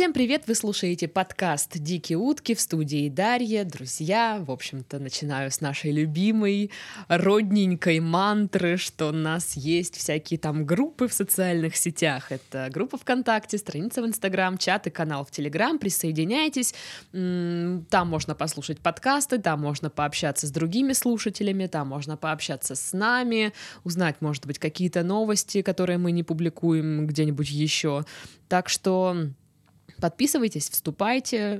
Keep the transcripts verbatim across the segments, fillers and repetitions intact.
Всем привет! Вы слушаете подкаст «Дикие утки», в студии Дарья. Друзья, в общем-то, начинаю с нашей любимой родненькой мантры, что у нас есть всякие там группы в социальных сетях. Это группа ВКонтакте, страница в Инстаграм, чат и канал в Телеграм. Присоединяйтесь. Там можно послушать подкасты, там можно пообщаться с другими слушателями, там можно пообщаться с нами, узнать, может быть, какие-то новости, которые мы не публикуем где-нибудь еще. Так что подписывайтесь, вступайте,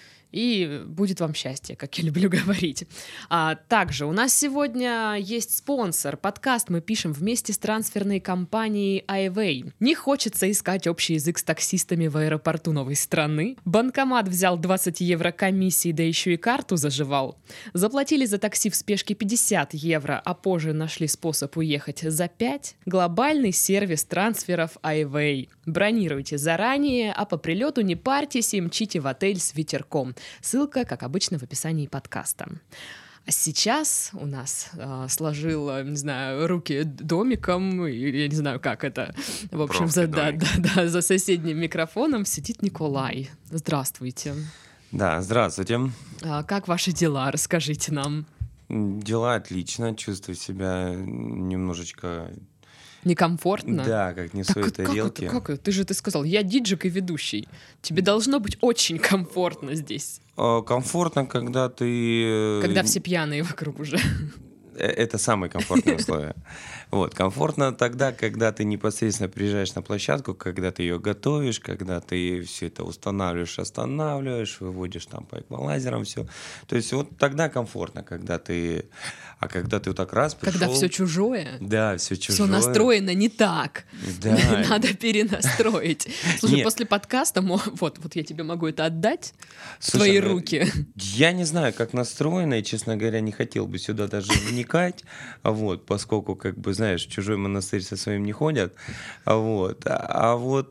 и будет вам счастье, как я люблю говорить. А также у нас сегодня есть спонсор. Подкаст мы пишем вместе с трансферной компанией iWay. Не хочется искать общий язык с таксистами в аэропорту новой страны. Банкомат взял двадцать евро комиссии, да еще и карту заживал. Заплатили за такси в спешке пятьдесят евро, а позже нашли способ уехать за пять. Глобальный сервис трансферов iWay. Бронируйте заранее, а по прилету не парьтесь и мчите в отель с ветерком. Ссылка, как обычно, в описании подкаста. А сейчас у нас э, сложил, не знаю, руки домиком, я не знаю, как это. В общем, за, да, да, да, за соседним микрофоном сидит Николай. Здравствуйте. Да, здравствуйте. А, как ваши дела? Расскажите нам. Дела отлично, чувствую себя немножечко... Некомфортно? Да, как не в своей тарелке. Как это? Как это? Ты же ты сказал, я диджик и ведущий. Тебе должно быть очень комфортно здесь. Комфортно, когда ты... Когда все пьяные вокруг уже. Это самые комфортные условия. Вот. Комфортно тогда, когда ты непосредственно приезжаешь на площадку, когда ты ее готовишь, когда ты все это устанавливаешь, останавливаешь, выводишь там по эквалайзерам все. То есть вот тогда комфортно, когда ты... А когда ты вот так раз пришел... Когда все чужое? Да, все чужое. Все настроено не так. Да. Надо перенастроить. Слушай, Нет. после подкаста, вот, вот я тебе могу это отдать в твои руки. Я не знаю, как настроено, и, честно говоря, не хотел бы сюда даже вникать, вот, поскольку, как бы, знаешь, в чужой монастырь со своим не ходят. Вот. А вот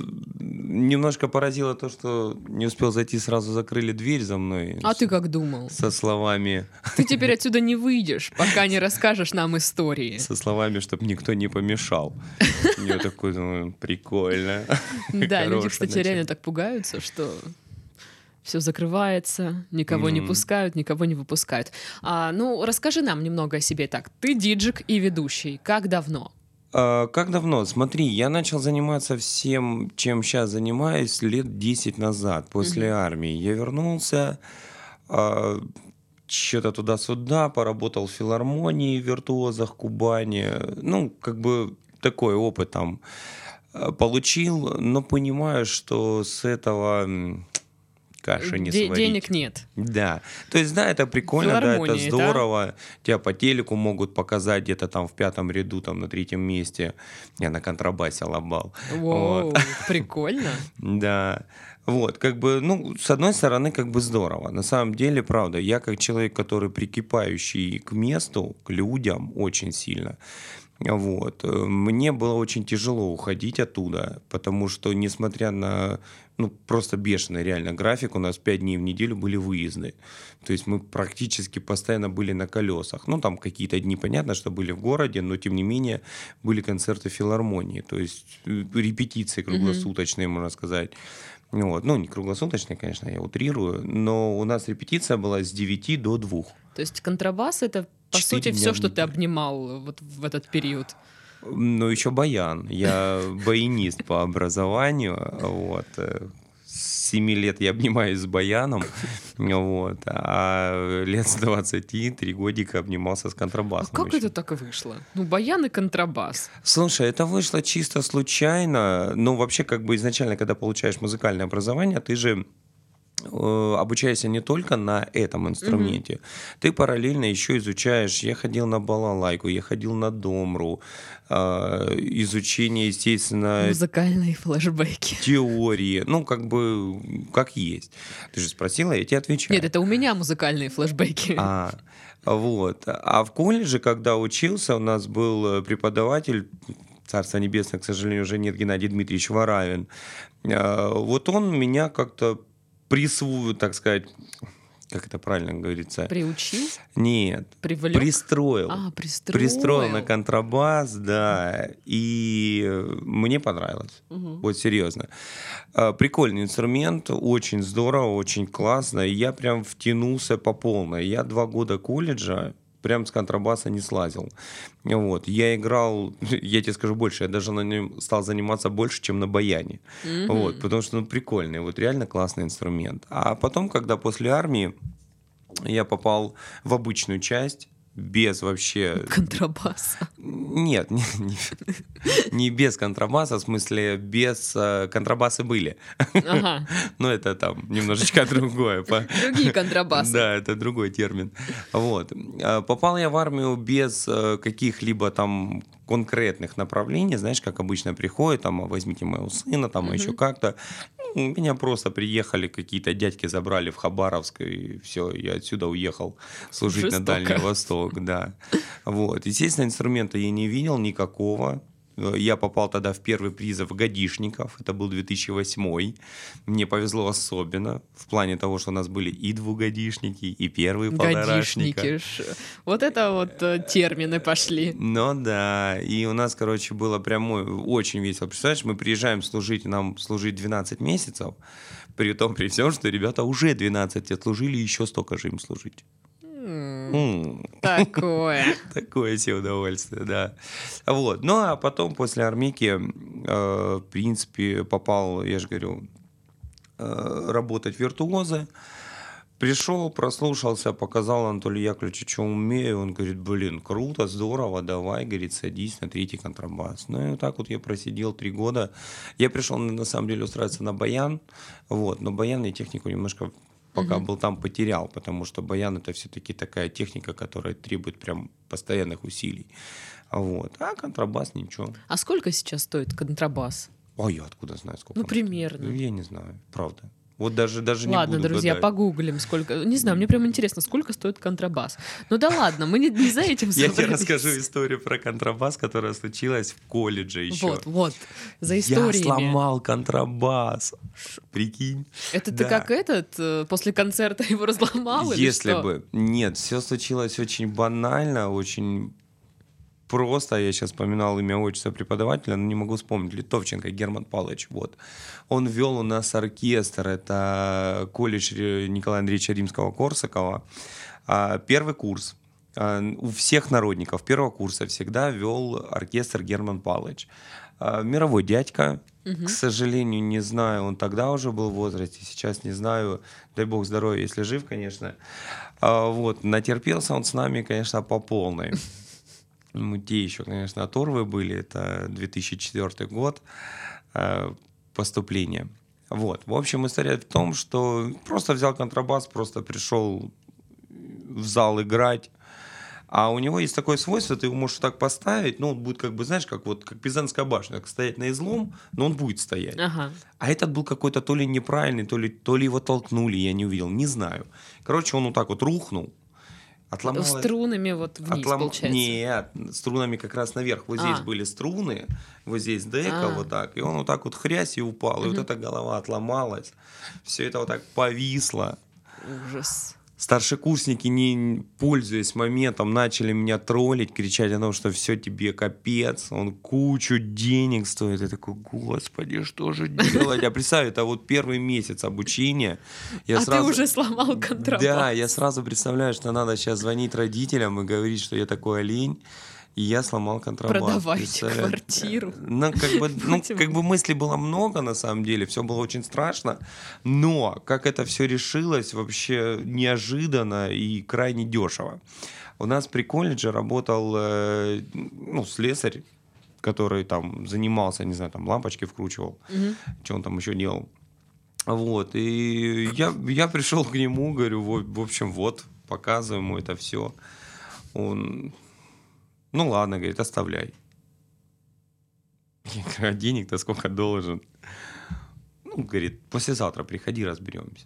немножко поразило то, что не успел зайти, сразу закрыли дверь за мной. А ты как думал? Со словами... Ты теперь отсюда не выйдешь, пока не расскажешь нам истории. Со словами, чтобы никто не помешал. Я такой думаю, прикольно. Да, люди, кстати, реально так пугаются, что... Все закрывается, никого mm-hmm. не пускают, никого не выпускают. А, ну, расскажи нам немного о себе так. Ты диджик и ведущий. Как давно? А, как давно? Смотри, я начал заниматься всем, чем сейчас занимаюсь, лет десять назад, после mm-hmm. армии. Я вернулся, а, что-то туда-сюда, поработал в филармонии, в виртуозах Кубани. Ну, как бы такой опыт там получил, но понимаю, что с этого... каши не Де- сварить. Денег нет. Да. То есть, да, это прикольно, да, это здорово. Да? Тебя по телеку могут показать где-то там в пятом ряду, там на третьем месте. Я на контрабасе лобал. Воу, вот. Прикольно. Да. Вот, как бы, ну, с одной стороны, как бы здорово. На самом деле, правда, я как человек, который прикипающий к месту, к людям очень сильно, вот, мне было очень тяжело уходить оттуда, потому что, несмотря на, ну, просто бешеный реально график, у нас пять дней в неделю были выезды. То есть мы практически постоянно были на колесах. Ну, там какие-то дни, понятно, что были в городе, но, тем не менее, были концерты филармонии, то есть репетиции круглосуточные, mm-hmm. можно сказать. Вот. Ну, не круглосуточные, конечно, я утрирую, но у нас репетиция была с девяти до двух. То есть контрабас — это, по сути, все, что ты обнимал вот в этот период? Ну, еще баян. Я баянист по образованию. Вот. С семи лет я обнимаюсь с баяном. Вот. А лет с двадцати три годика обнимался с контрабасом. А как еще. Это так вышло? Ну, баян и контрабас. Слушай, это вышло чисто случайно. Ну, вообще, как бы изначально, когда получаешь музыкальное образование, ты же обучаешься не только на этом инструменте, mm-hmm. ты параллельно еще изучаешь. Я ходил на балалайку, я ходил на домру, э, изучение, естественно... Музыкальные флешбеки. Теории, ну, как бы, как есть. Ты же спросила, я тебе отвечаю. Нет, это у меня музыкальные флешбеки. А, вот. А в колледже, когда учился, у нас был преподаватель, Царство Небесное, к сожалению, уже нет, Геннадий Дмитриевич Варавин. Вот он меня как-то присвоил, так сказать, как это правильно говорится? Приучил? Нет. Привлек? Пристроил. А, пристроил. Пристроил на контрабас, да. И мне понравилось. Угу. Вот серьезно. Прикольный инструмент, очень здорово, очень классно. И я прям втянулся по полной. Я два года колледжа прям с контрабаса не слазил. Вот. Я играл, я тебе скажу больше, я даже на нем стал заниматься больше, чем на баяне. Mm-hmm. Вот, потому что ну, прикольный, вот реально классный инструмент. А потом, когда после армии я попал в обычную часть, без вообще... Контрабаса. Нет, не, не, не без контрабаса, в смысле, без... Контрабасы были. Ага. Но это там немножечко другое. Другие контрабасы. Да, это другой термин. Вот. Попал я в армию без каких-либо там конкретных направлений, знаешь, как обычно приходит, там, возьмите моего сына, там, uh-huh. еще как-то. Меня просто приехали какие-то дядьки, забрали в Хабаровск, и все, я отсюда уехал служить Жестоко. На Дальний Восток, да. Вот. Естественно, инструмента я не видел никакого. Я попал тогда в первый призыв годишников, это был две тысячи восьмой. Мне повезло особенно в плане того, что у нас были и двухгодишники, и первые полторашника. Годишники. Вот это вот термины пошли. Ну да, и у нас, короче, было прям очень весело. Представляешь, мы приезжаем служить, нам служить двенадцать месяцев, при том, при всем, что ребята уже двенадцать отслужили, еще столько же им служить. Mm. Такое. Такое себе удовольствие, да. Вот. Ну, а потом после армейки, э, в принципе, попал, я же говорю, э, работать в виртуозы. Пришел, прослушался, показал Анатолию Яковлевичу, что умею. Он говорит, блин, круто, здорово, давай, говорит, садись на третий контрабас. Ну, и вот так вот я просидел три года. Я пришел, на самом деле, устраиваться на баян, вот, но баян и технику немножко... пока uh-huh. был там, потерял, потому что баян — это все-таки такая техника, которая требует прям постоянных усилий. Вот. А контрабас — ничего. А сколько сейчас стоит контрабас? А я откуда знаю, сколько? Ну, примерно. Стоит? Я не знаю, правда. Вот даже, даже ладно, не буду друзья, гадать. Погуглим, сколько... Не знаю, мне прям интересно, сколько стоит контрабас. Ну да ладно, мы не, не за этим собрались. Я тебе расскажу историю про контрабас, которая случилась в колледже еще. Вот, вот, за историями. Я сломал контрабас, прикинь. Это да. ты как этот, после концерта его разломал или Если что? бы. Нет, все случилось очень банально, очень... Просто, я сейчас вспоминал имя, отчество преподавателя, но не могу вспомнить, Литовченко Герман Павлович, вот. Он вел у нас оркестр, это колледж Николая Андреевича Римского-Корсакова, первый курс. У всех народников первого курса всегда вел оркестр Герман Павлович. Мировой дядька, угу. К сожалению, не знаю, он тогда уже был в возрасте, сейчас не знаю, дай бог здоровья, если жив, конечно. Вот, натерпелся он с нами, конечно, по полной. Мы те еще, конечно, оторвы были. Это две тысячи четвёртый год э, поступления. Вот. В общем, история в том, что просто взял контрабас, просто пришел в зал играть. А у него есть такое свойство, ты его можешь так поставить, но он будет как бы, знаешь, как вот как Пизанская башня, как стоять на излом, но он будет стоять. Ага. А этот был какой-то то ли неправильный, то ли, то ли его толкнули, я не увидел, не знаю. Короче, он вот так вот рухнул. Отломалось... Струнами вот вниз, Отлом... получается? Нет, струнами как раз наверх. Вот а. здесь были струны, вот здесь дека, а. вот так. И он вот так вот хрясь и упал. Угу. И вот эта голова отломалась. Все это вот так повисло. Ужас. Старшекурсники, не пользуясь моментом, начали меня троллить, кричать о том, что все, тебе капец, он кучу денег стоит. Я такой, господи, что же делать? А представь, это вот первый месяц обучения. Я а сразу... ты уже сломал контрабас. Да, я сразу представляю, что надо сейчас звонить родителям и говорить, что я такой олень. И я сломал контрабас. Продавайте квартиру. Ну, как бы, ну, как бы мыслей было много, на самом деле. Все было очень страшно. Но как это все решилось, вообще неожиданно и крайне дешево. У нас при колледже работал э, ну, слесарь, который там занимался, не знаю, там лампочки вкручивал. Угу. Что он там еще делал. Вот. И я, я пришел к нему, говорю, в, в общем, вот, показываю ему это все. Он... Ну ладно, говорит, оставляй. Я говорю, а денег-то сколько должен? Ну, говорит, послезавтра приходи, разберемся.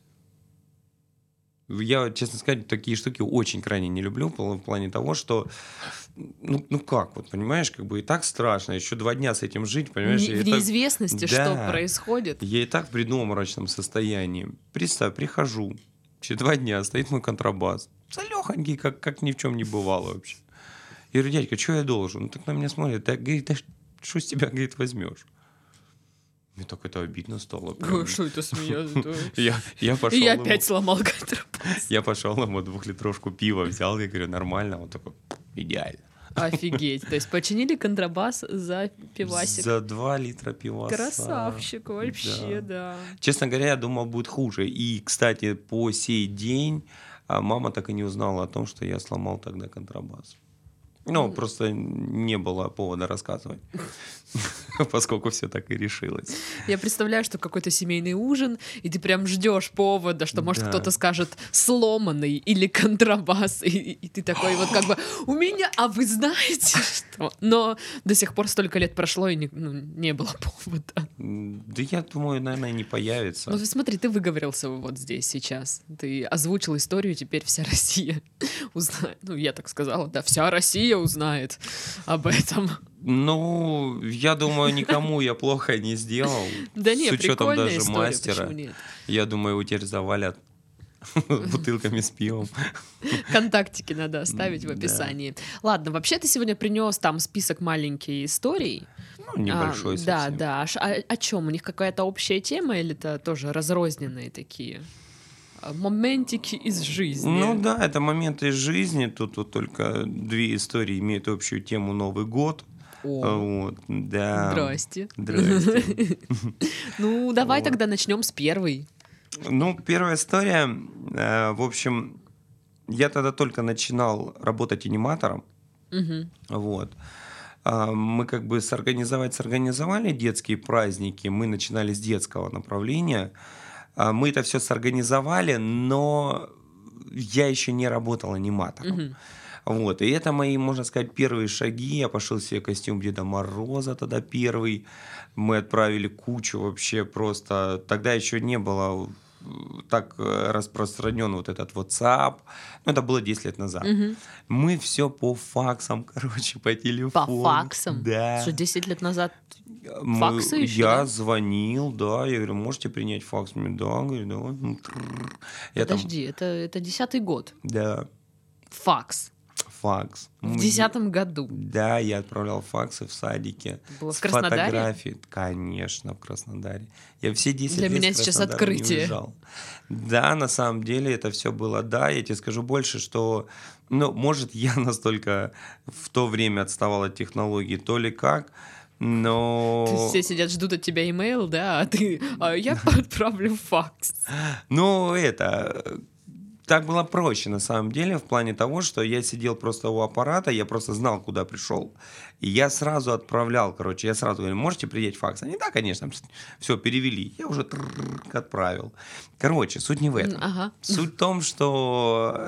Я, честно сказать, такие штуки очень крайне не люблю, в плане того, что, ну, ну как, вот понимаешь, как бы и так страшно, еще два дня с этим жить, понимаешь? Не, в неизвестности, так... что да, происходит. Я и так в предобморочном состоянии. Представь, прихожу, Через два дня стоит мой контрабас. Целёхонький, как, как ни в чем не бывало вообще. Я говорю, дядька, что я должен? Он так на меня смотрит. Да, говорит, да что с тебя, говорит, возьмешь? Мне так это обидно стало. Прям. Что это смеяться? Я, я пошел И я ему, опять сломал контрабас. Я пошел ему двухлитровку пива взял, я говорю, нормально? Он такой, идеально. Офигеть. То есть починили контрабас за пивасик. За два литра пиваса. Красавчик вообще, да. да. Честно говоря, я думал, будет хуже. И, кстати, по сей день мама так и не узнала о том, что я сломал тогда контрабас. Ну, mm. просто не было повода рассказывать, поскольку все так и решилось. Я представляю, что какой-то семейный ужин, и ты прям ждешь повода, что, может, да. кто-то скажет сломанный или контрабас, и, и ты такой вот как бы у меня, а вы знаете что? Но до сих пор столько лет прошло, и не, ну, не было повода. Да я думаю, наверное, не появится. Ну, смотри, ты выговорился вот здесь сейчас. Ты озвучил историю, теперь вся Россия узнает. Ну, я так сказала, да, вся Россия узнает об этом. Ну, я думаю, никому я плохо не сделал. Да нет, с учетом даже история, мастера. Я думаю, его теперь завалят бутылками с пивом. Контактики надо оставить в описании. Да. Ладно, вообще ты сегодня принес там список маленьких историй. Ну, небольшой а, совсем. Да, да. А о чем? У них какая-то общая тема или это тоже разрозненные такие? Моментики из жизни. Ну да, это моменты из жизни. Тут вот только две истории имеют общую тему Новый год. О, вот, да. Здрасте. Здрасте. Ну, давай тогда начнем с первой. Ну, первая история, в общем, я тогда только начинал работать аниматором. Вот. Мы как бы сорганизовать сорганизовали детские праздники. Мы начинали с детского направления. Мы это все сорганизовали, но я еще не работал аниматором. Uh-huh. Вот. И это мои, можно сказать, первые шаги. Я пошел себе костюм Деда Мороза тогда первый. Мы отправили кучу вообще просто... Тогда еще не было так распространен вот этот WhatsApp. Ну, это было десять лет назад. Uh-huh. Мы все по факсам, короче, по телефону. По факсам? Да. Что, десять лет назад факсы Мы, еще, Я да? звонил, да, я говорю, можете принять факс? Мне, да, говорю, давай. Я Подожди, там... это, это десятый год? Да. Факс? Факс. В десятом году? Да, я отправлял факсы в садике. Было в Краснодаре? Фотографии. Конечно, в Краснодаре. Я все десять Для лет меня в сейчас Краснодар открытие. не уезжал. Да, на самом деле это все было, да. Я тебе скажу больше, что, ну, может, я настолько в то время отставал от технологий, то ли как, но... Все сидят, ждут от тебя имейл, да, а ты... А я отправлю факс. Ну, это... Так было проще, на самом деле, в плане того, что я сидел просто у аппарата, я просто знал, куда пришел. И я сразу отправлял, короче, я сразу говорю, можете приедать факс? Они, да, конечно, все, перевели. Я уже отправил. Короче, суть не в этом. Ага. Суть в том, что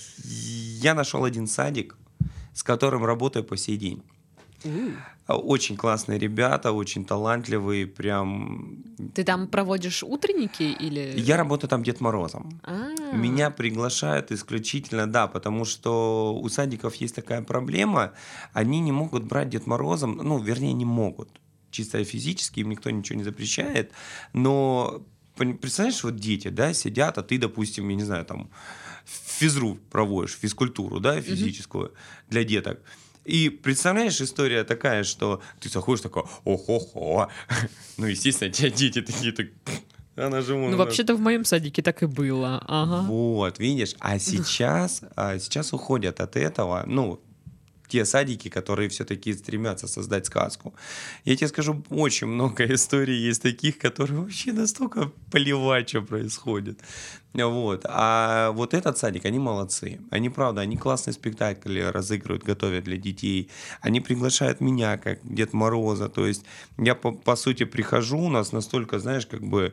я нашел один садик, с которым работаю по сей день. Mm. Очень классные ребята, очень талантливые, прям... Ты там проводишь утренники или... Я работаю там Дед Морозом. А-а-а. Меня приглашают исключительно, да, потому что у садиков есть такая проблема, они не могут брать Дед Морозом, ну, вернее, не могут. Чисто физически им никто ничего не запрещает, но... Представляешь, вот дети, да, сидят, а ты, допустим, я не знаю, там, физру проводишь, физкультуру, да, физическую mm-hmm. для деток. И представляешь, история такая, что ты заходишь такой, о-хо-хо. Ну, естественно, те дети такие, так, она же... Ну, вообще-то в моем садике так и было. Ага. Вот, видишь, а сейчас, а сейчас уходят от этого, ну, те садики, которые все-таки стремятся создать сказку. Я тебе скажу, очень много историй есть таких, которые вообще настолько плевать, что происходит. Вот. А вот этот садик, они молодцы. Они, правда, они классные спектакли разыгрывают, готовят для детей. Они приглашают меня, как Дед Мороза. То есть я, по, по сути, прихожу, у нас настолько, знаешь, как бы...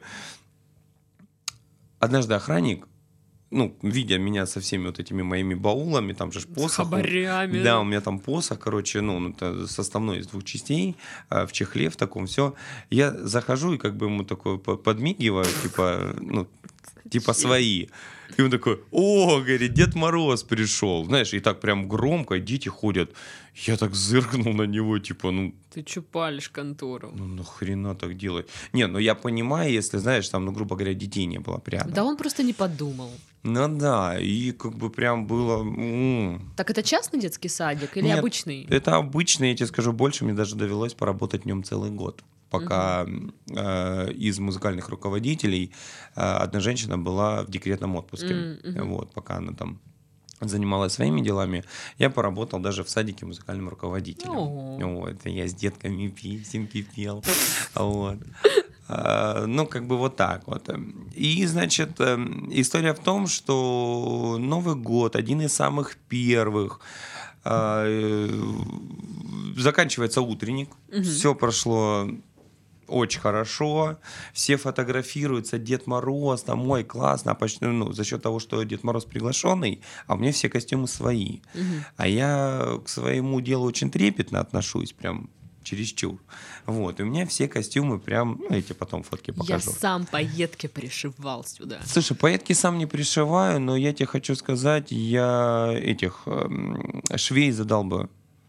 Однажды охранник, ну, видя меня со всеми вот этими моими баулами, там же ж посох. С хабарями. Да, у меня там посох, короче, ну, это составной из двух частей, в чехле в таком, все. Я захожу и как бы ему такой подмигиваю, типа, ну, типа свои. И он такой, о, говорит, Дед Мороз пришел. Знаешь, и так прям громко, дети ходят. Я так зыркнул на него, типа, ну... Ты чё палишь контору? Ну, нахрена так делать? Не, ну я понимаю, если, знаешь, там, ну, грубо говоря, детей не было рядом. Да он просто не подумал. Ну да, и как бы прям было... м. Так это частный детский садик или Нет, обычный? это обычно, я тебе скажу больше, мне даже довелось поработать в нем целый год. Пока э, из музыкальных руководителей э, одна женщина была в декретном отпуске. М, мгм. Вот, пока она там занималась своими делами, я поработал даже в садике музыкальным руководителем. О. Вот, я с детками песенки пел. Вот. А, Ну, как бы вот так вот. И, значит, эм, история в том, что Новый год, один из самых первых, а, э, заканчивается утренник, все прошло очень хорошо, все фотографируются, Дед Мороз, там, ой, классно, а почти, ну, за счет того, что Дед Мороз приглашенный, а у меня все костюмы свои. А я к своему делу очень трепетно отношусь, прям чересчур. Вот, и у меня все костюмы прям, ну, я тебе потом фотки Я покажу. сам пайетки пришивал сюда. Слушай, пайетки сам не пришиваю, но я тебе хочу сказать, я этих эм, швей задолбаю.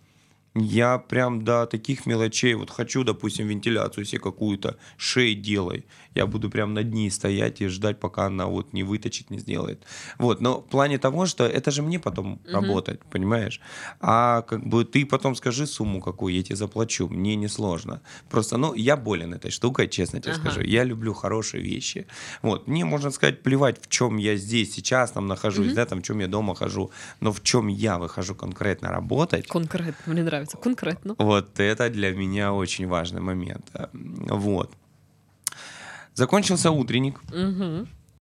Я прям до таких мелочей, вот хочу, допустим, вентиляцию себе какую-то, шей делай. Я буду прям над ней стоять и ждать, пока она вот не выточит, не сделает. Вот, но в плане того, что это же мне потом работать, понимаешь? А как бы ты потом скажи сумму какую, я тебе заплачу, мне не сложно. Просто, ну, я болен этой штукой, честно тебе Ага. скажу. Я люблю хорошие вещи. Вот, мне, можно сказать, плевать, в чем я здесь сейчас там нахожусь, да, там, в чем я дома хожу, но в чем я выхожу конкретно работать, Конкретно, мне нравится. Конкретно. вот это для меня очень важный момент. Вот. Закончился утренник. Мгм.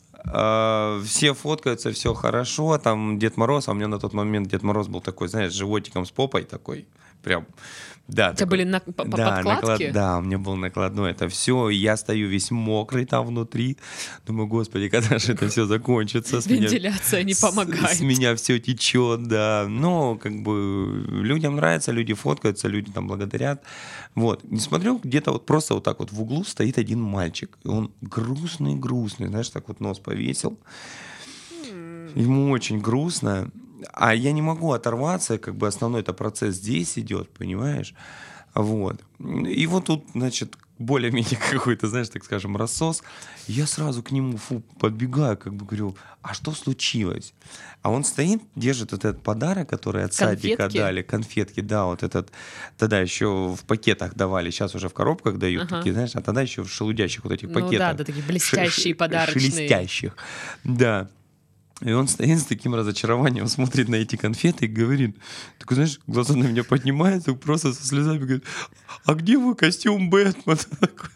А, Все фоткаются, все хорошо. Там Дед Мороз, а у меня на тот момент Дед Мороз был такой, знаешь, с животиком, с попой такой. Прям, да. У тебя такой. были на- по- по- Да, подкладки? наклад- да, у меня был накладной. Это все. Я стою весь мокрый там внутри. Думаю, господи, когда же это все закончится? С меня- Вентиляция не с- помогает. С меня все течет, да. Но как бы людям нравится, люди фоткаются, люди там благодарят. Вот. Не смотрю, где-то вот просто вот так вот в углу стоит один мальчик. И он грустный-грустный, знаешь, так вот нос повесил. Ему очень грустно. А я не могу оторваться, как бы основной это процесс здесь идет, понимаешь? Вот. И вот тут, значит, более-менее какой-то, знаешь, так скажем, рассос. Я сразу к нему фу, подбегаю, как бы говорю, а что случилось? А он стоит, держит вот этот подарок, который от садика Конфетки? дали, конфетки, да, вот этот, тогда еще в пакетах давали, сейчас уже в коробках дают Ага. такие, знаешь, а тогда еще в шелудящих вот этих Ну пакетах. да, да, такие блестящие, Ш- ш- подарочные. Шелестящих, да. И он стоит с таким разочарованием, смотрит на эти конфеты и говорит, такой, знаешь, глаза на меня поднимает, так просто со слезами говорит, а где мой костюм Бэтмена? Такой.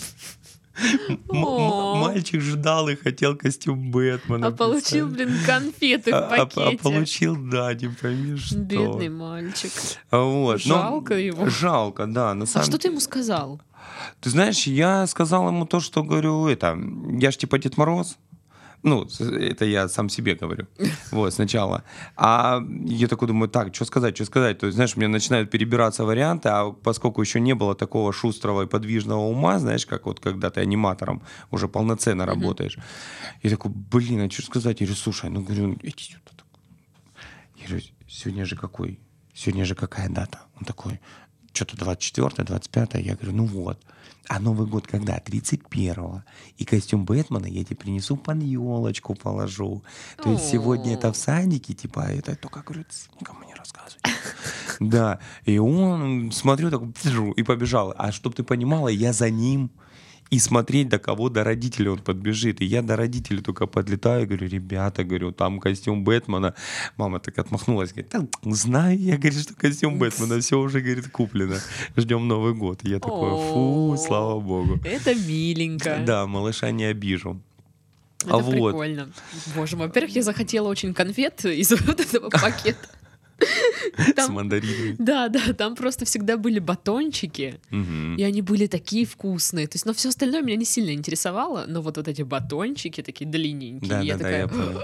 М- м- О. Мальчик ждал и хотел костюм Бэтмена. А получил, представь. блин, конфеты А- в а- пакете. а получил, да, не пойми что. Бедный мальчик. А вот, но- Жалко его. Жалко, да. На А самом что ты ему сказал? Ты знаешь, я сказал ему то, что говорю, это, я ж типа Дед Мороз. Ну, с- это я сам себе говорю. Вот, сначала. А я такой думаю, так, что сказать, что сказать. То есть, знаешь, у меня начинают перебираться варианты, а поскольку еще не было такого шустрого и подвижного ума, знаешь, как вот когда ты аниматором уже полноценно работаешь. Я такой, блин, а что сказать? Я говорю, слушай, ну, говорю, иди сюда. Я говорю, сегодня же какой? Сегодня же какая дата? Он такой, что-то двадцать четвёртое, двадцать пятое. Я говорю, ну вот. А Новый год когда? тридцать первого. И костюм Бэтмена я тебе принесу под елочку положу. То есть сегодня это в садике, типа, а это только, говорю, «Тс, никому не рассказывай». Да. И он, смотрю, так, и побежал. А чтоб ты понимала, я за ним. И смотреть, до кого, до родителей он подбежит. И я до родителей только подлетаю, говорю, ребята, говорю, там костюм Бэтмена. Мама так отмахнулась, говорит, да, знаю я, говорит, что костюм Бэтмена, все уже, говорит, куплено. Ждем Новый год. И я такой, фу, О. слава богу. Это миленько. Да, малыша не обижу. Это А вот. прикольно. Боже мой, во-первых, я захотела очень конфет из вот этого пакета. С Там- мандаринами. Да, да, там просто всегда были батончики, Мгм. и они были такие вкусные. То есть, но все остальное меня не сильно интересовало, но вот, вот эти батончики такие длинненькие, Да, я да, да, такая, я понял.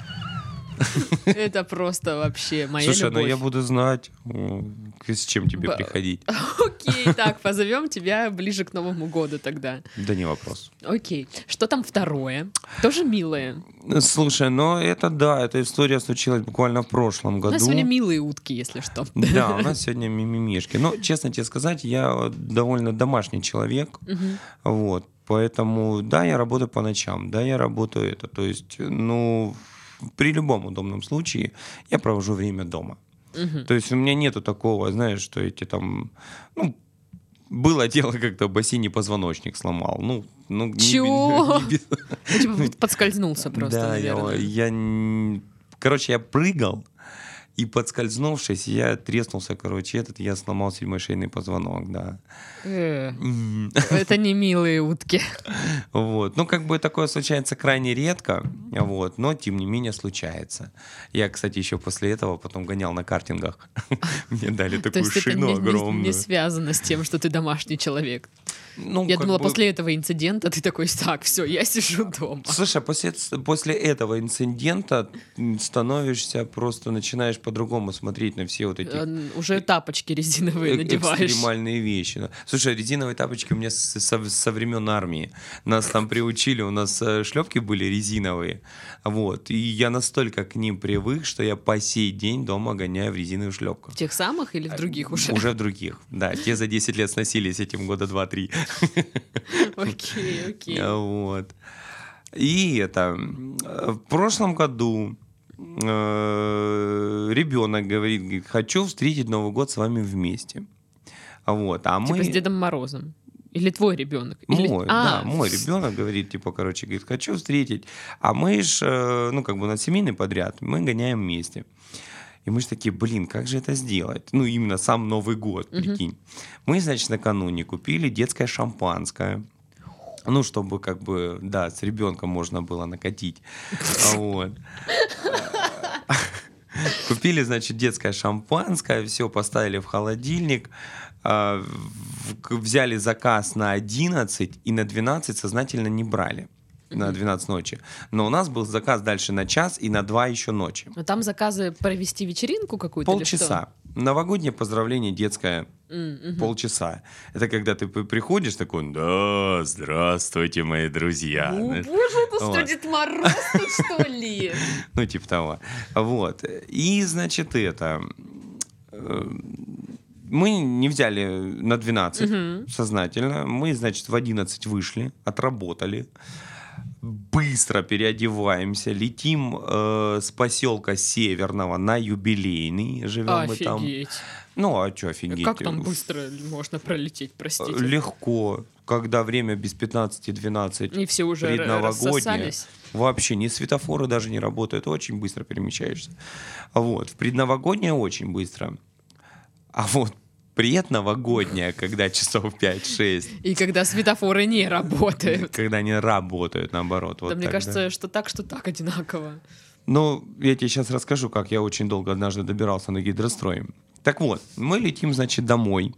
это просто вообще моя Слушай, ну любовь. я буду знать, м, с чем тебе Ба- приходить. Окей, так, позовем тебя ближе к Новому году тогда. Да не вопрос. Окей, что там второе? Тоже милое. Слушай, ну это да, эта история случилась буквально в прошлом У году. нас сегодня милые утки, если что. Да, у нас сегодня мимимишки. Но, честно тебе сказать, я довольно домашний человек. Мгм. Вот. Поэтому, да, я работаю по ночам, да, я работаю это. То есть, ну, при любом удобном случае я провожу время дома. Мгм. То есть у меня нету такого, знаешь, что эти там, ну, было дело, как-то в бассейне позвоночник сломал. Ну, ну не, Чего? не без- Ну, типа, вот подскользнулся просто, Да, я, наверное. я н- короче, я прыгал, и подскользнувшись, я треснулся, короче, этот, я сломал седьмой шейный позвонок, да. Э, М. Это не милые утки. Вот. Ну, как бы такое случается крайне редко, вот, но тем не менее случается. Я, кстати, еще после этого потом гонял на картингах. Мне дали То такую есть это шину не, не- не огромную. связано с тем, что ты домашний человек. Ну, Я как думала, бы- после этого инцидента ты такой, так, все, я сижу дома. Слушай, а после, после этого инцидента м, становишься просто, начинаешь по-другому смотреть на все вот эти Э, Уже тапочки резиновые э- надеваешь. экстремальные вещи. да. Слушай, резиновые тапочки у меня с- со, со времен армии. Нас там приучили, у нас шлепки были резиновые. Вот. И я настолько к ним привык, что я по сей день дома гоняю в резиновых шлепках. В тех самых или в других уже? Уже в других, да. Те за десять лет сносились этим года два-три. Окей, окей. Вот. И это, э, в прошлом году э, ребенок говорит, говорит, хочу встретить Новый год с вами вместе. Вот. А Типа мы... с Дедом Морозом. Или твой ребенок? Или... Мой, А, да, мой ребенок говорит, типа, короче, говорит, хочу встретить. А мы ж, э, ну, как бы у нас семейный подряд, мы гоняем вместе. И мы же такие, блин, как же это сделать? Ну, именно сам Новый год, прикинь. Мы, значит, накануне купили детское шампанское. Ну, чтобы, как бы, да, с ребенком можно было накатить. Вот. Купили, значит, детское шампанское, все поставили в холодильник, а, в- взяли заказ на одиннадцать и на двенадцать сознательно не брали. На двенадцать ночи. Но у нас был заказ дальше на час и на два еще ночи. Но там заказы провести вечеринку какую-то или что? Полчаса. Новогоднее поздравление детское. М, мгм. Полчаса. Это когда ты п- приходишь такой, да, здравствуйте, мои друзья. Ну, Знаешь, боже, это что, вот. Дед Мороз тут, что ли? Ну, типа того. Вот. И, значит, это... э, Мы не взяли на двенадцать Мгм. сознательно. Мы, значит, в одиннадцать вышли, отработали. Быстро переодеваемся, летим э, с поселка Северного на Юбилейный. Живем мы там. Офигеть. Ну, а что офигеть? Как там быстро можно пролететь, простите? Легко. Когда время без пятнадцати двенадцать И все уже р- предновогоднее. рассосались. Вообще, ни светофоры даже не работают. Очень быстро перемещаешься. Вот. В предновогоднее очень быстро. А вот предновогоднее, когда часов пять-шесть, И когда светофоры не работают. когда они работают, наоборот. Да, Вот мне так, кажется, да. что так, что так одинаково. Ну, я тебе сейчас расскажу, как я очень долго однажды добирался на гидрострое. Так вот, мы летим, значит, домой.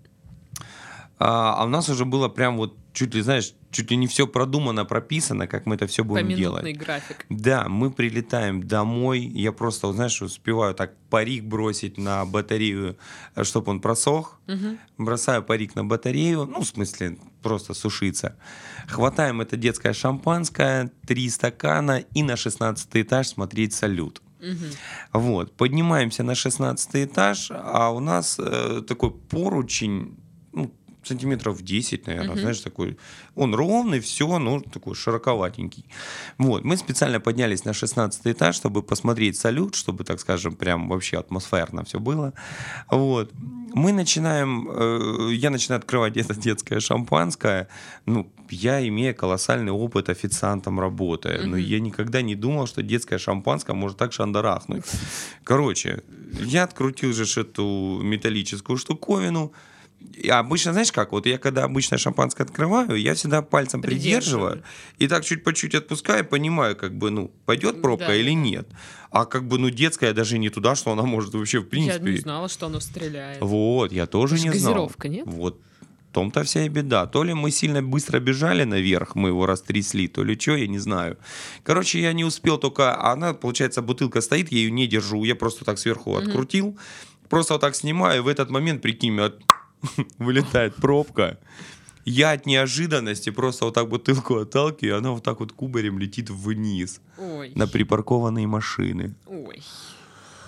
А, а у нас уже было прям вот чуть ли, знаешь, чуть ли не все продумано, прописано, как мы это все будем Поминутный делать. график. Да, мы прилетаем домой, я просто, вот, знаешь, успеваю так парик бросить на батарею, чтобы он просох. Мгм. Бросаю парик на батарею, ну, в смысле, просто сушиться. Хватаем это детское шампанское, три стакана и на шестнадцатый этаж смотреть салют. Мгм. Вот, поднимаемся на шестнадцатый этаж, а у нас э, такой поручень, ну, сантиметров десять, наверное, Мгм. знаешь, такой. Он ровный, все, ну, такой широковатенький. Вот, мы специально поднялись на шестнадцатый этаж, чтобы посмотреть салют, чтобы, так скажем, прям вообще атмосферно все было. Вот. Мы начинаем, э, я начинаю открывать это детское шампанское. Ну, я, имея колоссальный опыт официантом работая, но Мгм. я никогда не думал, что детское шампанское может так шандарахнуть. Короче, я открутил же ж эту металлическую штуковину. И обычно, знаешь как, вот я когда обычное шампанское открываю, я всегда пальцем Придерживаю. придерживаю и так чуть по чуть отпускаю, понимаю, как бы, ну, пойдет пробка Да, или да. нет. А как бы, ну, детская даже не туда, что она может вообще, в Я принципе... не знала, что оно стреляет. Вот, я тоже Это ж не знал. газировка, нет? Вот в том-то вся и беда. То ли мы сильно быстро бежали наверх, мы его растрясли, то ли что, я не знаю. Короче, я не успел только... а Она, получается, бутылка стоит, я ее не держу. Я просто так сверху Мгм. открутил, просто вот так снимаю, и в этот момент, прикинь, от- вылетает пробка. Я от неожиданности просто вот так бутылку отталкиваю, и она вот так вот кубарем летит вниз Ой, на припаркованные машины. ой.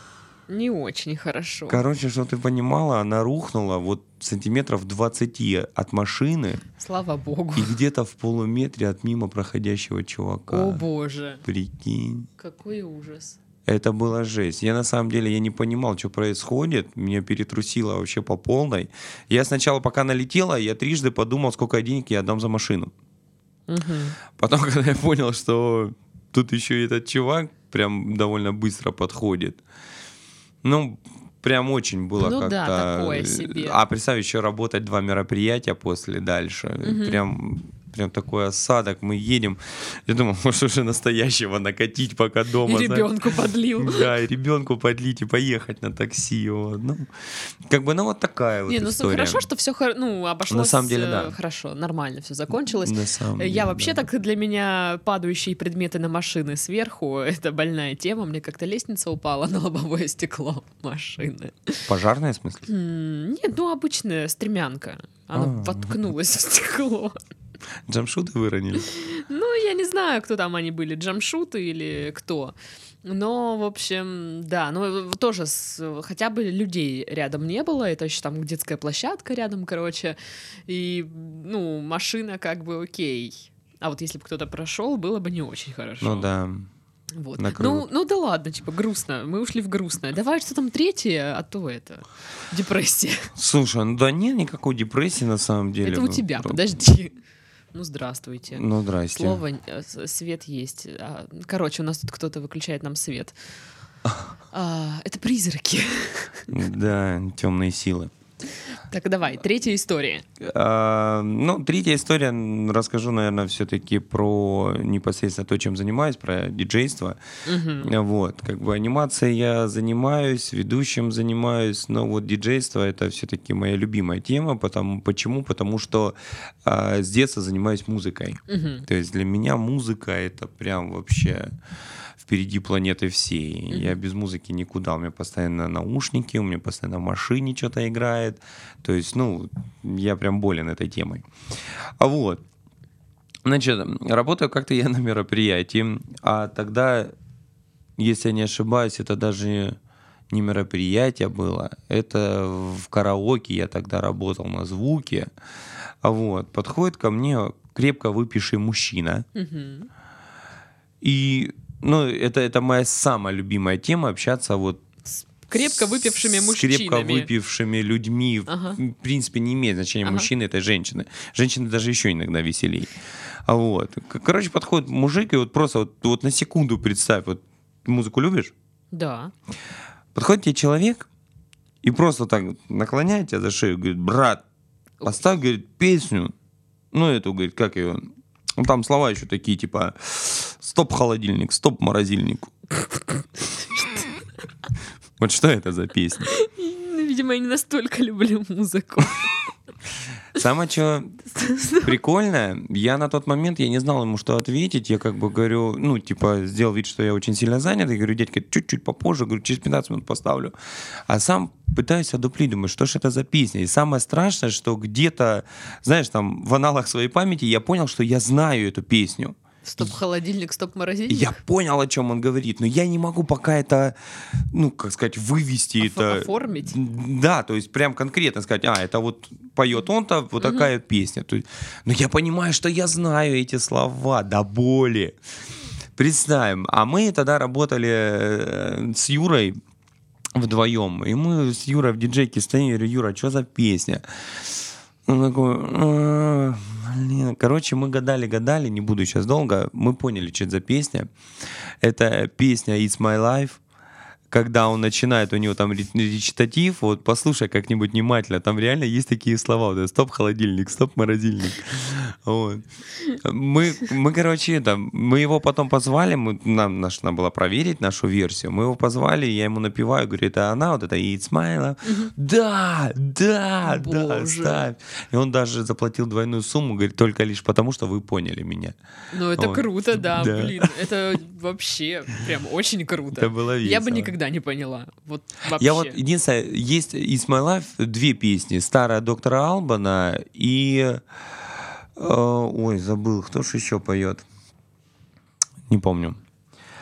Не очень хорошо. Короче, что ты понимала, она рухнула вот сантиметров двадцати от машины. Слава богу. И где-то в полуметре от мимо проходящего чувака. О боже. Прикинь. Какой ужас. Это была жесть. Я на самом деле я не понимал, что происходит. Меня перетрусило вообще по полной. Я сначала, пока налетела, я трижды подумал, сколько денег я отдам за машину. Угу. Потом, когда я понял, что тут еще и этот чувак прям довольно быстро подходит. Ну, прям очень было ну, как-то... да, такое себе. А представь, еще работать два мероприятия после дальше. Угу. Прям... Прям такой осадок, мы едем. Я думал, может уже настоящего накатить, пока дома. И ребенку подлил. Да, и ребенку подлить, и поехать на такси. Вот. Ну, как бы, ну вот такая вот Не, ну история. хорошо, что все ну, обошлось. На самом деле, да. Хорошо, нормально все закончилось. На самом деле, Я вообще да. так, для меня падающие предметы на машины сверху, это больная тема. Мне как-то лестница упала на лобовое стекло машины. Пожарная, в смысле? М, Нет, ну обычная стремянка. Она А. воткнулась в стекло. Джамшуты выронили? Ну, я не знаю, кто там они были, джамшуты или кто. Но, в общем, да, ну, тоже с, хотя бы людей рядом не было, это еще там детская площадка рядом, короче, и, ну, машина как бы окей. А вот если бы кто-то прошел, было бы не очень хорошо. Ну да. Вот. Накрыло. Ну, ну да ладно, типа грустно, мы ушли в грустное. Давай что там третье, а то это депрессия. Слушай, ну да нет никакой депрессии на самом деле. Это у Ну, тебя, про- подожди. Ну, здравствуйте. Ну, здрасте. Слово, э, с- свет есть. А, Короче, у нас тут кто-то выключает нам свет. А, Это призраки. Да, темные силы. Так, давай, третья история. А, ну, третья история, м, расскажу, наверное, все-таки про непосредственно то, чем занимаюсь, про диджейство. Мгм. Вот, как бы анимацией я занимаюсь, ведущим занимаюсь, но вот диджейство — это все-таки моя любимая тема. Потому, почему? Потому что а, с детства занимаюсь музыкой. Мгм. То есть для меня музыка — это прям вообще впереди планеты всей. Мгм. Я без музыки никуда. У меня постоянно наушники, у меня постоянно в машине что-то играет. То есть, ну, я прям болен этой темой. А вот. Значит, работаю как-то я на мероприятии, а тогда, если я не ошибаюсь, это даже не мероприятие было, это в караоке я тогда работал на звуке. А вот, подходит ко мне крепко выпивший мужчина. Мгм. И, ну, это, это моя самая любимая тема — общаться вот С крепко выпившими с мужчинами. крепко выпившими людьми. Ага. В принципе, не имеет значения, Ага. мужчины — это женщины. Женщины даже еще иногда веселей. А вот. К- Короче, подходит мужик, и вот просто вот, вот на секунду представь, вот музыку любишь? Да. Подходит тебе человек и просто так наклоняет тебя за шею, говорит: брат, поставь, говорит, песню. Ну, эту, говорит, как ее? Ну, там слова еще такие, типа: стоп холодильник, стоп морозильник. Вот что это за песня? Ну, видимо, я не настолько люблю музыку. Самое что прикольное, я на тот момент, я не знал ему, что ответить. Я как бы говорю, ну, типа, сделал вид, что я очень сильно занят. И говорю: дядька, чуть-чуть попозже, говорю, через пятнадцать минут поставлю. А сам пытаюсь одуплить, думаю, что ж это за песня. И самое страшное, что где-то, знаешь, там в аналах своей памяти я понял, что я знаю эту песню. Стоп холодильник, стоп И морозильник. я понял, о чем он говорит, но я не могу пока это, ну, как сказать, вывести Оф- это. оформить? Да, то есть прям конкретно сказать: а, это вот поет он-то, вот такая песня. То есть, но я понимаю, что я знаю эти слова до боли. Представим, а мы тогда работали э, с Юрой вдвоем, и мы с Юрой в диджейке стоим, я говорю: Юра, что за песня? Он такой: «А, блин». Короче, мы гадали-гадали, не буду сейчас долго, мы поняли, что это за песня. Это песня «It's my life». Когда он начинает, у него там ре- речитатив, вот послушай как-нибудь внимательно, там реально есть такие слова: вот это, стоп холодильник, стоп морозильник. Вот. Мы, мы, короче, это, мы его потом позвали, мы, нам нужно было проверить нашу версию, мы его позвали, я ему напеваю, говорю: это она, вот это «It's my love». Да, да, да, Боже. ставь. И он даже заплатил двойную сумму, говорит, только лишь потому, что вы поняли меня. Ну, это Вот. круто, да, Да. блин. Это вообще прям очень круто. Это было Я бы весело. никогда не поняла. Вот вообще. Я вот, единственное, есть «It's my life» две песни. Старая доктора Албана и... э, ой, забыл, кто же еще поет? Не помню.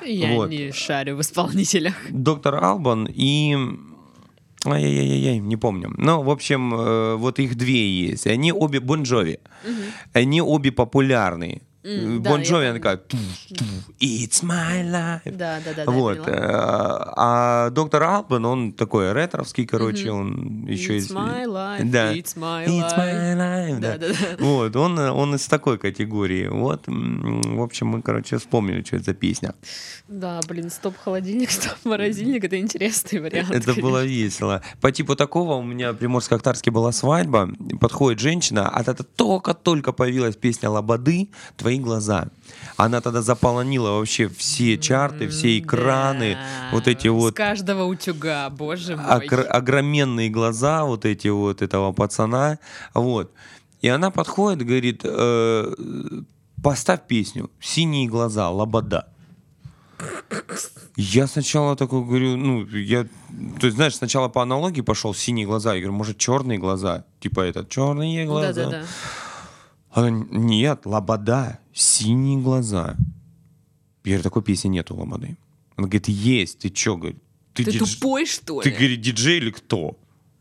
Я вот. не шарю в исполнителях. Доктор Албан и... Ай-яй-яй-яй, не помню. Ну, в общем, вот их две есть. Они обе Бон Джови. Угу. Они обе популярные. Mm, Бон Джови, да, она такая «It's my life». Да, да, да, да, вот. А доктор Албан, он такой ретровский, короче, mm-hmm. он еще It's из... my life, да. it's my It's life. my life, да. Да, да, да. Вот, он, он из такой категории. Вот, в общем, мы, короче, вспомнили, что это за песня. Да, блин, стоп-холодильник, стоп-морозильник, это интересный вариант. Это конечно. Было весело. По типу такого у меня в Приморско-Ахтарске была свадьба, подходит женщина, а это только-только появилась песня «Лободы», «Твои глаза». Она тогда заполонила вообще все чарты, все экраны, да. вот эти вот... С каждого утюга, боже мой. Огр- огроменные глаза вот эти вот этого пацана, вот. И она подходит и говорит, э, поставь песню «Синие глаза», «Лобода». Я сначала такой говорю, ну, я, то есть, знаешь, сначала по аналогии пошел «Синие глаза», я говорю, может, черные глаза, типа этот, черные глаза. Да-да-да. Она, нет, «Лобода», «Синие глаза». Я говорю, такой песни нету «Лободы». Она говорит, есть, ты чё, говорит? Ты, ты дидж... тупой, что ли? Ты, говорит, диджей или кто?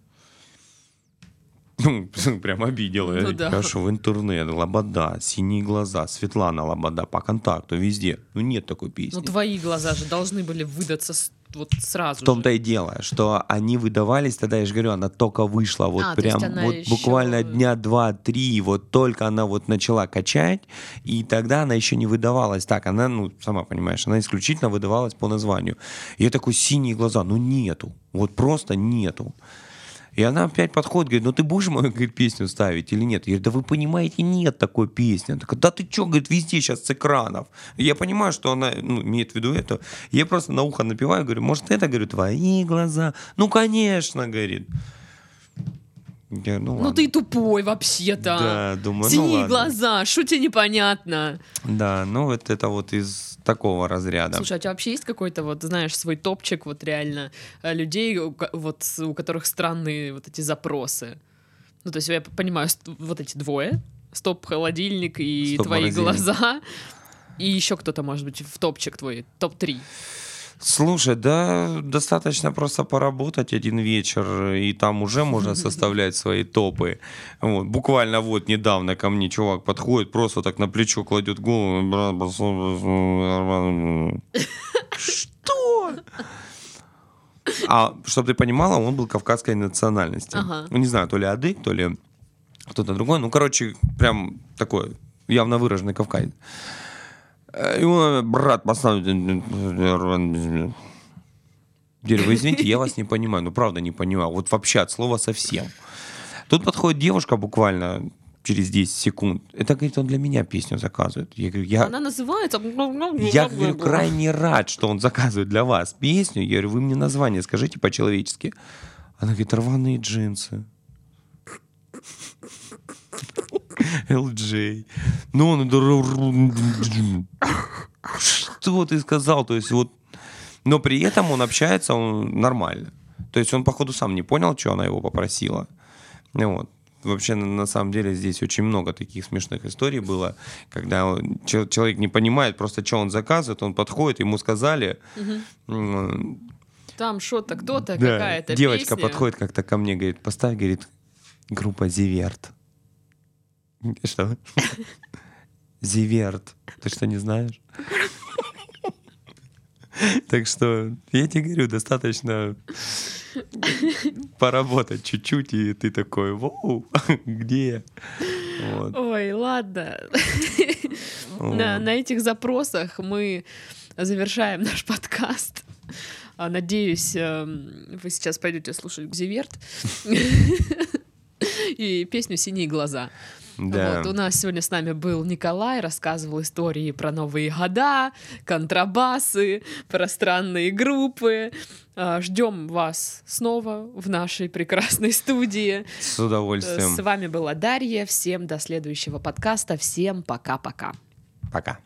Ну, прям обидела. Ну, да. Хорошо, в интернет, «Лобода», «Синие глаза», Светлана Лобода, по контакту, везде. Ну, нет такой песни. Ну, твои глаза же должны были выдаться вот сразу. В том-то же. и дело, что они выдавались, тогда я же говорю, она только вышла, вот а, прям вот еще... буквально дня два-три, вот только она вот начала качать, и тогда она еще не выдавалась так, она, ну, сама понимаешь, она исключительно выдавалась по названию. И я такой, «Синие глаза», ну нету, вот просто нету. И она опять подходит, говорит, ну ты будешь мою, говорит, песню ставить или нет? Я говорю, да вы понимаете, нет такой песни. Она такая, да ты что, говорит, везде сейчас с экранов. И я понимаю, что она, ну, имеет в виду это. Я просто на ухо напеваю, говорю, может это, говорю, твои глаза? Ну, конечно, говорит. Я, ну, ну ты тупой вообще-то. Да, думаю, Синие ну ладно. глаза, что тебе непонятно? Да, ну вот это вот из такого разряда. Слушай, а у тебя вообще есть какой-то вот, знаешь, свой топчик вот реально людей, вот у которых странные вот эти запросы? Ну то есть я понимаю, вот эти двое, стоп-холодильник и Стоп твои морозильник. глаза, и еще кто-то может быть в топчик твой, топ-три. Слушай, да, достаточно просто поработать один вечер, и там уже можно составлять свои топы. Вот, буквально вот недавно ко мне чувак подходит, просто так на плечо кладет голову. Что? А, чтобы ты понимала, он был кавказской национальности. Ага. Ну, не знаю, то ли адык, то ли кто-то другой. Ну, короче, прям такой явно выраженный кавказец. И он, брат, поставь. Говорю, вы извините, я вас не понимаю. Ну, правда, не понимаю. Вот вообще от слова совсем. Тут подходит девушка буквально через десять секунд. Это, говорит, он для меня песню заказывает. Я говорю, я... Она называется... Я говорю, крайне рад, что он заказывает для вас песню. Я говорю, вы мне название скажите по-человечески. Она говорит, «Рваные джинсы». эл джей. Ну, он... Что ты сказал? То есть вот... Но при этом он общается он нормально. То есть он, походу, сам не понял, что она его попросила. Вот. Вообще, на самом деле, здесь очень много таких смешных историй было, когда он, человек не понимает просто, что он заказывает, он подходит, ему сказали... Угу. Там что-то, кто-то, да. какая-то Девочка песня. подходит как-то ко мне, говорит, поставь, говорит, группа Зиверт. Что? Зиверт. Ты что, не знаешь? Так что, я тебе говорю, достаточно поработать чуть-чуть, и ты такой, воу, где? Вот. Ой, ладно. на, на этих запросах мы завершаем наш подкаст. Надеюсь, вы сейчас пойдете слушать Зиверт и песню «Синие глаза». Да. Вот, у нас сегодня с нами был Николай, рассказывал истории про Новые года, контрабасы, про странные группы. Ждем вас снова в нашей прекрасной студии. С удовольствием. С вами была Дарья. Всем до следующего подкаста. Всем пока-пока. Пока.